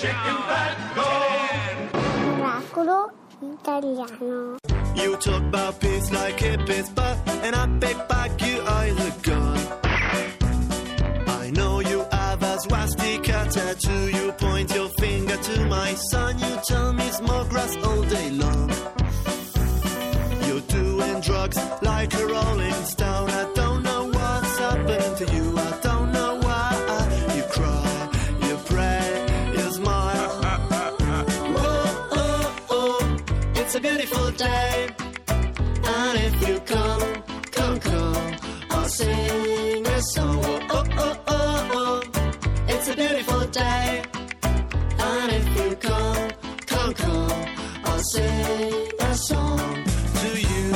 chicken fat, go! Oracolo italiano. You talk about peace like hippies, but and I pay back you either gone. I know you have a swastika tattoo. You point your finger to my son. You tell me smoke grass all day long. You're doing drugs like a rolling stone. I don't know what's happening to you. I don't know why you cry, you pray, you smile. Oh, oh, oh, it's a beautiful day. And if you come, I'll sing a song. Oh, oh, oh, oh, it's a beautiful day. And if you come, I'll sing a song to you.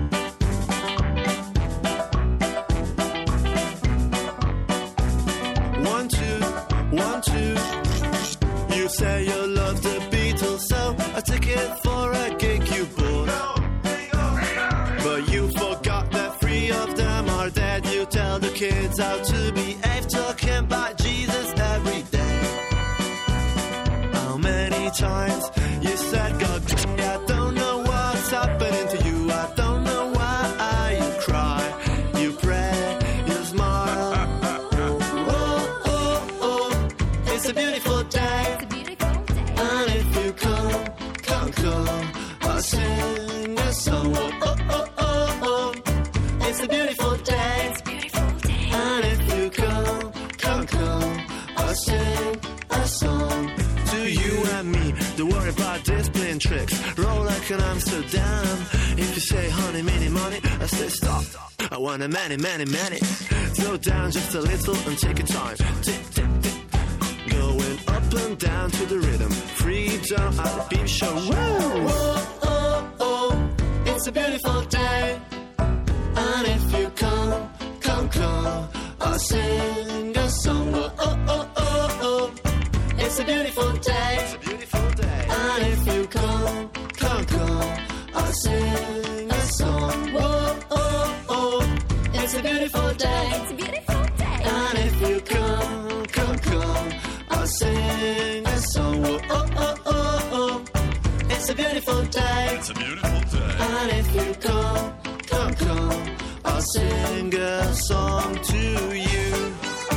One, two. You say you love the Beatles, so a ticket for a gig you bought. But you forgot that 3 of them are dead. You tell the kids how to behave, talking about Jesus every day. How many times you said, God, I don't know what's happening to you. I don't know why you cry, you pray, you smile. Oh, oh, oh, it's a beautiful day. And if you come, I'll sing a song. Oh, oh, oh, oh, oh, it's a beautiful day. And if you come, I'll sing a song to you and me. Don't worry about discipline tricks. Roll like an Amsterdam. If you say honey, many money, I say stop. I want a many. Slow down just a little and take your time. Tick, tick, tick. Going up and down to the rhythm. Freedom at the beat show. Woo! Oh, oh, oh, it's a beautiful day. And if you come, I'll sing a song. Oh, oh, oh, oh, oh, it's a beautiful day. And if you come, I'll sing a song. Oh, oh, oh, it's a beautiful day. And if you come, I'll sing a song. Oh, oh, oh, oh, oh, it's a beautiful day. And if you come, I'll sing a song to you.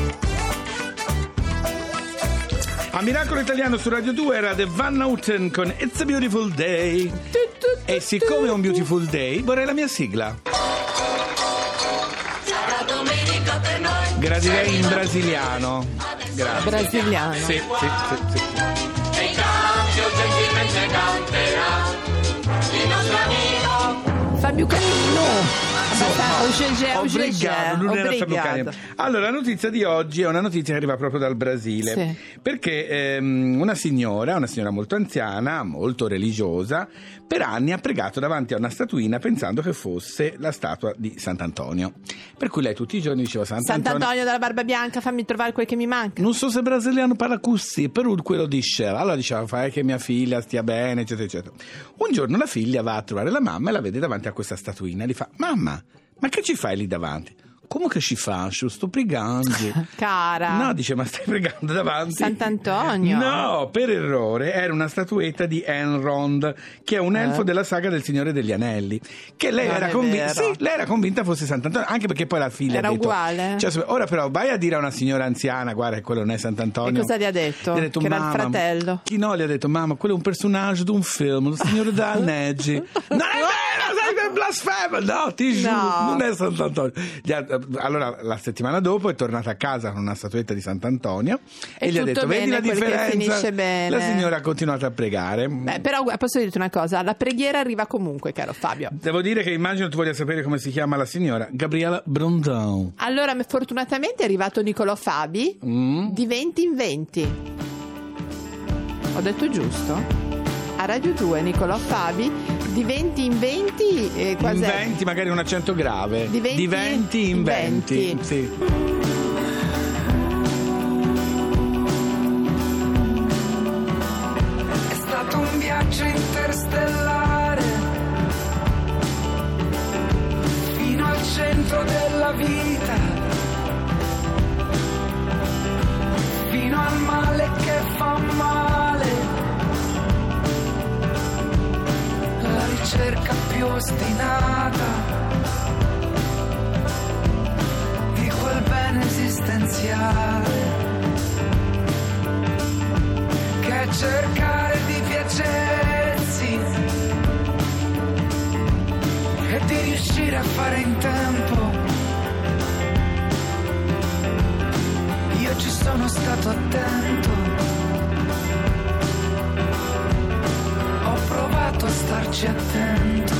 A Miracolo Italiano su Radio 2 era The Van Houten con It's a Beautiful Day. E siccome è un beautiful day, vorrei la mia sigla. Gradirei in brasiliano. Grazie. Brasiliano. Sì. E cambio gentilmente canterà il nostro amico Fabio Canino. Obrigado, non era Fabio Canino. Allora, la notizia di oggi è una notizia che arriva proprio dal Brasile. Sì. Perché una signora molto anziana, molto religiosa, per anni ha pregato davanti a una statuina pensando che fosse la statua di Sant'Antonio. Per cui lei tutti i giorni diceva Sant'Antonio della barba bianca, fammi trovare quel che mi manca. Non so se brasiliano parla così, però quello diceva. Allora diceva, fai che mia figlia stia bene, eccetera, eccetera. Un giorno la figlia va a trovare la mamma e la vede davanti a questa statuina e gli fa: mamma, ma che ci fai lì davanti? Come che ci faccio? Sto pregando. Cara. No, dice, ma stai pregando davanti Sant'Antonio? No, per errore era una statuetta di Elrond, che è un elfo della saga del Signore degli Anelli, che lei era convinta, sì, lei era convinta fosse Sant'Antonio, anche perché poi la figlia era ha detto, uguale. Cioè, ora però vai a dire a una signora anziana, guarda che quello non è Sant'Antonio. E cosa gli ha detto? Gli ha detto, che mamma, era il fratello. Chi no? Gli ha detto, mamma, quello è un personaggio di un film, il Signore degli Anelli. Non è vero, sai che blasfema. No, ti giuro, non è Sant'Antonio. Allora la settimana dopo è tornata a casa con una statuetta di Sant'Antonio e gli ha detto, vedi la differenza? Bene. La signora ha continuato a pregare. Beh, però posso dirti una cosa, la preghiera arriva comunque, caro Fabio. Devo dire che immagino tu voglia sapere come si chiama la signora. Gabriella Brondão. Allora, fortunatamente è arrivato Nicolò Fabi di 20 in 20. Ho detto giusto? A Radio 2 Nicolò Fabi di 20 in 20 quasi in 20 magari un accento grave. Di 20 in 20. Sì. È stato un viaggio interstellare fino al centro della vita, fino al male che fa male. ostinata di quel bene esistenziale che è cercare di piacersi e di riuscire a fare in tempo. Io ci sono stato attento, ho provato a starci attento.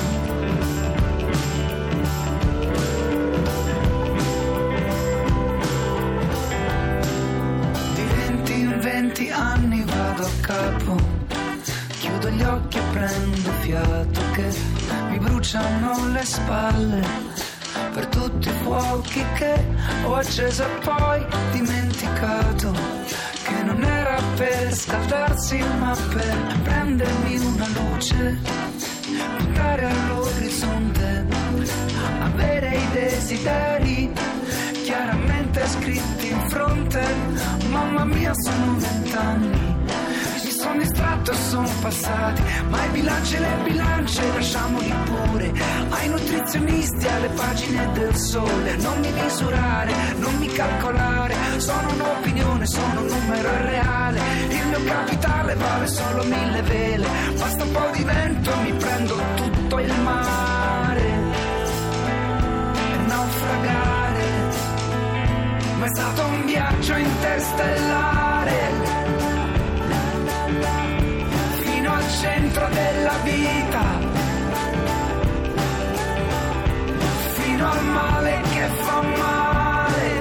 Di 20 in 20 anni vado a capo, chiudo gli occhi e prendo fiato che mi bruciano le spalle per tutti i fuochi che ho acceso e poi dimenticato che non era per scaldarsi ma per prendermi una luce, puntare all'orizzonte, avere i desideri chiaramente scritti in fronte. Mamma mia, sono 20 anni, mi sono distratto e sono passati, ma i bilanci e le bilance lasciamoli pure ai nutrizionisti, alle pagine del Sole. Non mi misurare, non mi calcolare, sono un'opinione, sono un numero irreale, il mio capitale vale solo 1000 vele, basta un po' di vento e mi prendo tutto il mare e naufragare, ma è stato un viaggio interstellare fino al centro della vita, fino al male che fa male,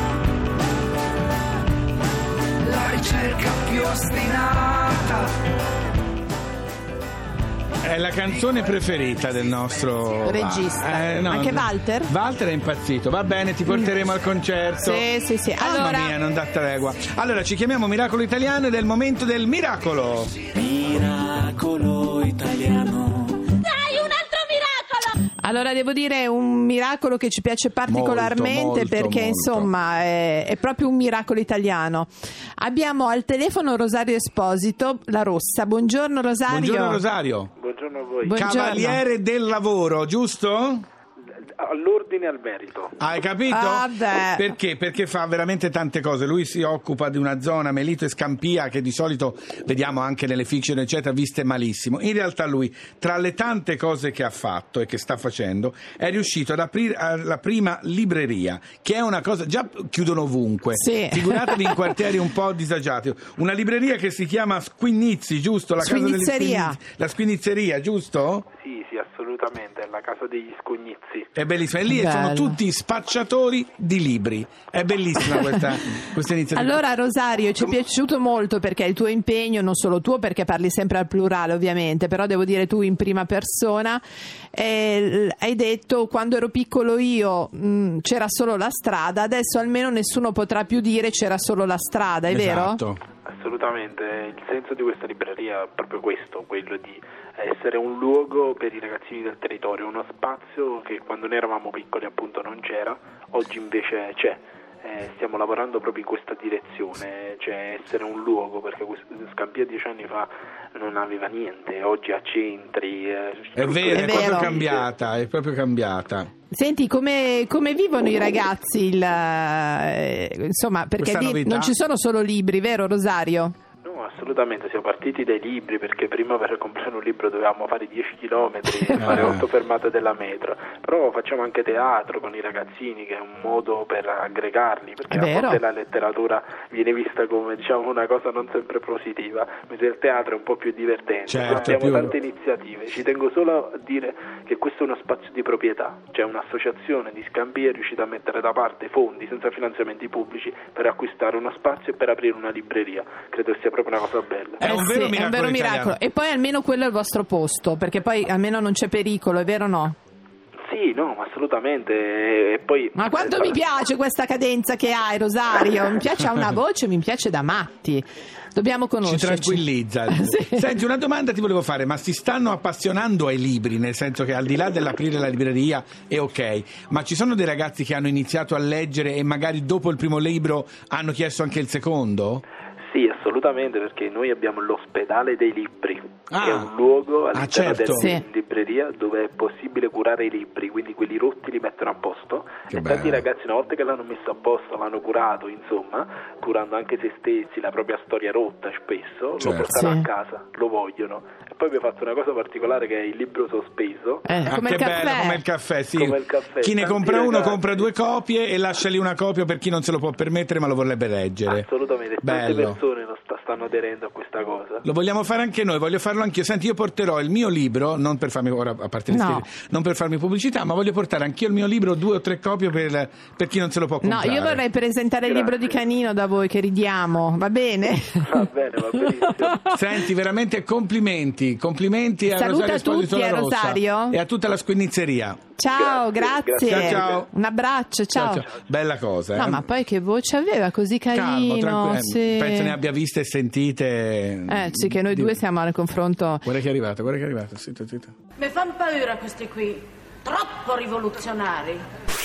la ricerca più ostinata. È la canzone preferita del nostro regista. No, anche Walter? Walter è impazzito. Va bene, ti porteremo al concerto. Sì. Mamma mia, non dà tregua. Allora, ci chiamiamo Miracolo Italiano ed è il momento del miracolo. Miracolo italiano. Allora devo dire un miracolo che ci piace particolarmente, molto, perché molto. insomma è proprio un miracolo italiano. Abbiamo al telefono Rosario Esposito, la Rossa. Buongiorno Rosario. Buongiorno Rosario. Buongiorno a voi. Buongiorno. Cavaliere del lavoro, giusto? All'ordine e al merito. Hai capito? Ah, beh. Perché? Perché fa veramente tante cose. Lui si occupa di una zona, Melito e Scampia, che di solito vediamo anche nelle fiction eccetera, viste malissimo. In realtà lui, tra le tante cose che ha fatto e che sta facendo, è riuscito ad aprire la prima libreria, che è una cosa, già chiudono ovunque, Sì. figuratevi in quartieri un po' disagiati. Una libreria che si chiama Squinizzi, giusto? La casa degli Squinizzeria. Squinizzi. La Squinizzeria, giusto? Sì, assolutamente, è la casa degli Scognizi. È bellissima, e lì Bello. sono tutti spacciatori di libri. È bellissima questa iniziativa. Allora Rosario, ci è piaciuto molto perché il tuo impegno, non solo tuo perché parli sempre al plurale ovviamente, però devo dire tu in prima persona, hai detto quando ero piccolo io c'era solo la strada, adesso almeno nessuno potrà più dire c'era solo la strada, è Esatto. vero? Assolutamente, il senso di questa libreria è proprio questo, quello di essere un luogo per i ragazzini del territorio, uno spazio che quando noi eravamo piccoli appunto non c'era, oggi invece c'è. Stiamo lavorando proprio in questa direzione, cioè essere un luogo, perché Scampia 10 anni fa non aveva niente, oggi ha centri. È vero, è vero. proprio cambiata. Senti, come vivono i ragazzi insomma, perché Questa novità. non ci sono solo libri, vero Rosario? No, assolutamente, siamo partiti dai libri, perché prima per comprare un libro dovevamo fare 10 chilometri e fare 8 fermate della metro, però facciamo anche teatro con i ragazzini, che è un modo per aggregarli, perché È a vero. volte la letteratura viene vista come, diciamo, una cosa non sempre positiva, mentre il teatro è un po' più divertente. Certo, Abbiamo più- tante iniziative, ci tengo solo a dire che questo è uno spazio di proprietà, cioè un'associazione di Scampia è riuscita a mettere da parte fondi senza finanziamenti pubblici per acquistare uno spazio e per aprire una libreria. Credo sia proprio una cosa bella. È un Sì, vero miracolo italiano. E poi almeno quello è il vostro posto, perché poi almeno non c'è pericolo, è vero o no? Sì, no, ma assolutamente. E poi Ma quanto mi piace questa cadenza che hai, Rosario, mi piace, ha una voce, mi piace da matti. Dobbiamo Ci conoscerci. tranquillizza. Sì. Senti, una domanda ti volevo fare, ma si stanno appassionando ai libri, nel senso che al di là dell'aprire la libreria è ok, ma ci sono dei ragazzi che hanno iniziato a leggere e magari dopo il primo libro hanno chiesto anche il secondo? Sì, assolutamente, perché noi abbiamo l'ospedale dei libri, Ah. che è un luogo all'interno certo. della Sì. libreria dove è possibile curare i libri, quindi quelli rotti li mettono a posto Che e tanti bello. ragazzi una volta che l'hanno messo a posto, l'hanno curato, insomma, curando anche se stessi, la propria storia rotta spesso, Certo. lo portano Sì. a casa, lo vogliono. E poi abbiamo fatto una cosa particolare che è il libro sospeso. Come che il caffè. bello, come il caffè, sì. Come il caffè. Chi ne Tanti compra uno ragazzi. compra 2 copie e lascia lì una copia per chi non se lo può permettere ma lo vorrebbe leggere. Assolutamente, tante Bello. persone stanno aderendo a questa cosa. Lo vogliamo fare anche noi, voglio farlo anch'io. Senti, io porterò il mio libro, non per farmi ora, a parte le No. schede, non per farmi pubblicità, ma voglio portare anch'io il mio libro, 2 o 3 copie per chi non se lo può No, comprare. io vorrei presentare il libro di Canino da voi, che ridiamo, va bene? Va benissimo. Senti, veramente complimenti a Saluta Rosario Esposito tutti, La a Rossa Rosario. e a tutta la squinizzeria. Ciao, Grazie, grazie. grazie. Ciao. Un abbraccio, ciao. Bella cosa, No, ma poi che voce aveva, così Calmo, carino. tranquillo. Sì. Penso ne abbia viste e sentite. Sì, che noi due siamo al confronto. Guarda che è arrivato, Zitto. Mi fanno paura questi qui, troppo rivoluzionari.